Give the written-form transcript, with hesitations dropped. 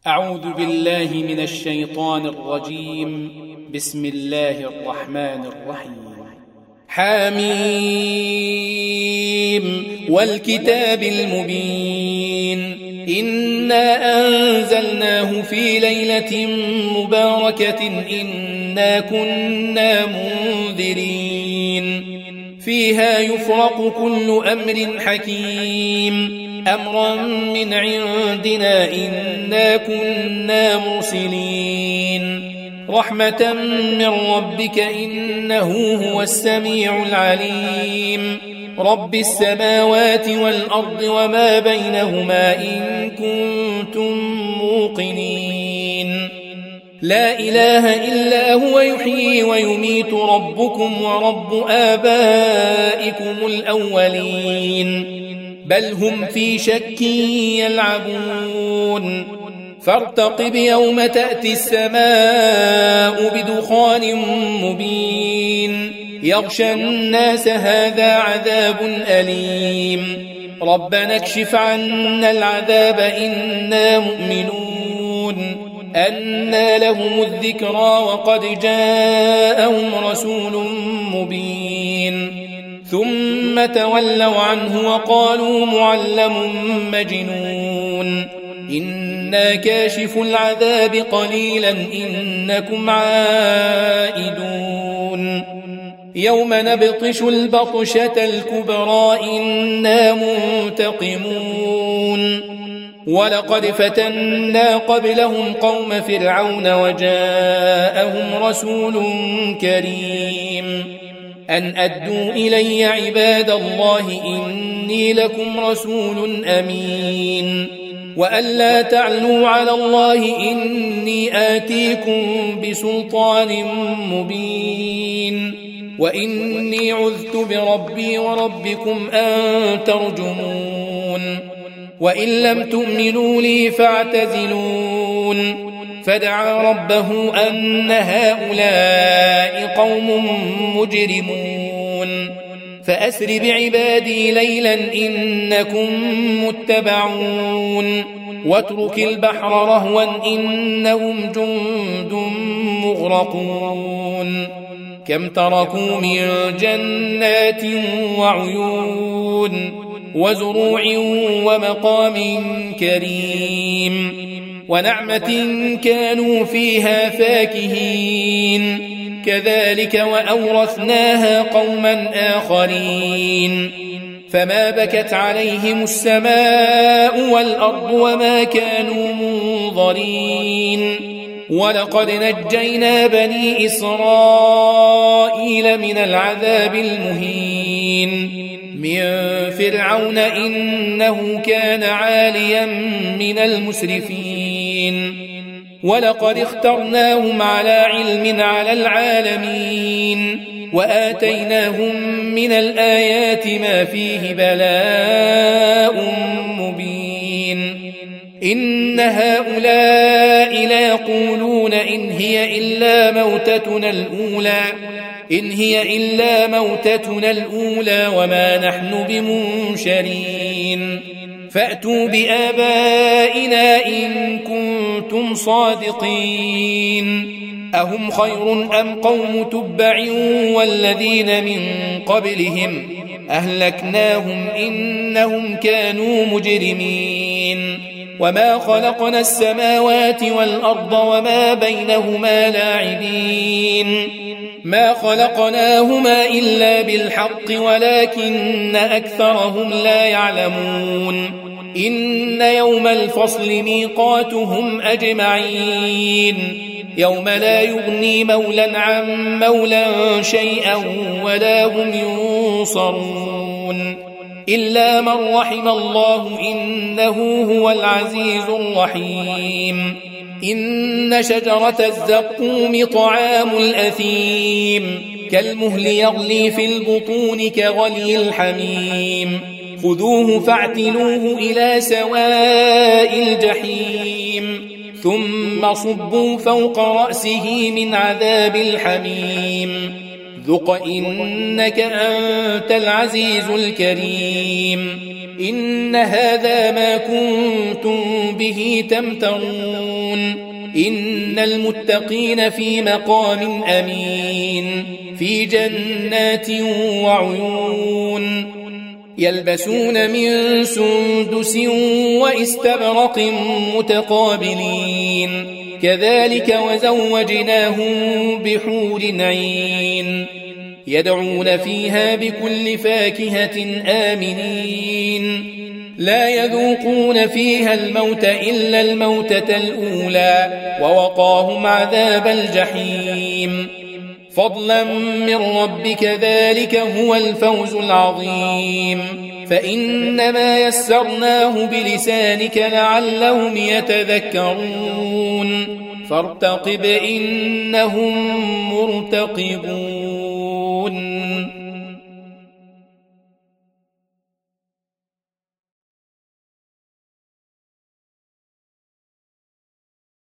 أعوذ بالله من الشيطان الرجيم. بسم الله الرحمن الرحيم. حميم والكتاب المبين إنا أنزلناه في ليلة مباركة إنا كنا منذرين فيها يفرق كل أمر حكيم أمرا من عندنا إنا كنا مرسلين رحمة من ربك إنه هو السميع العليم رب السماوات والأرض وما بينهما إن كنتم موقنين لا إله إلا هو يحيي ويميت ربكم ورب آبائكم الأولين بل هم في شك يلعبون فارتقب يوم تأتي السماء بدخان مبين يغشى الناس هذا عذاب أليم ربنا اكشف عنا العذاب إنا مؤمنون أنى لهم الذكرى وقد جاءهم رسول مبين ثم تولوا عنه وقالوا معلم مجنون إنا كاشف العذاب قليلا إنكم عائدون يوم نبطش البطشة الكبرى إنا منتقمون ولقد فتنا قبلهم قوم فرعون وجاءهم رسول كريم أن أدوا إلي عباد الله إني لكم رسول أمين وأن لا تعلوا على الله إني آتيكم بسلطان مبين وإني عذت بربي وربكم أن ترجمون وإن لم تؤمنوا لي فاعتزلون فدعا ربه أن هؤلاء قوم مجرمون فأسر بعبادي ليلا إنكم متبعون واترك البحر رهوا إنهم جند مغرقون كم تركوا من جنات وعيون وزروع ومقام كريم ونعمة كانوا فيها فاكهين كذلك وأورثناها قوما آخرين فما بكت عليهم السماء والأرض وما كانوا منظرين ولقد نجينا بني إسرائيل من العذاب المهين من فرعون إنه كان عاليا من المسرفين ولقد اخترناهم على علم على العالمين وآتيناهم من الآيات ما فيه بلاء مبين إن هؤلاء ليقولون إن هي إلا موتتنا الأولى وما نحن بمنشرين فأتوا بآبائنا إن كنتم صادقين أهم خير أم قوم تبع والذين من قبلهم أهلكناهم إنهم كانوا مجرمين وما خلقنا السماوات والأرض وما بينهما لاعبين ما خلقناهما إلا بالحق ولكن أكثرهم لا يعلمون إن يوم الفصل ميقاتهم أجمعين يوم لا يغني مولى عن مولى شيئا ولا هم ينصرون إلا من رحم الله إنه هو العزيز الرحيم إن شجرة الزقوم طعام الأثيم كالمهل يغلي في البطون كغلي الحميم خذوه فاعتلوه إلى سواء الجحيم ثم صبوا فوق رأسه من عذاب الحميم ذق إنك أنت العزيز الكريم إن هذا ما كنتم به تمترون إن المتقين في مقام أمين في جنات وعيون يلبسون من سندس واستبرق متقابلين كذلك وزوجناهم بحور عين يدعون فيها بكل فاكهة آمنين لا يذوقون فيها الموت إلا الموتة الأولى ووقاهم عذاب الجحيم فضلا من ربك ذلك هو الفوز العظيم فإنما يسرناه بلسانك لعلهم يتذكرون فارتقب إنهم مرتقبون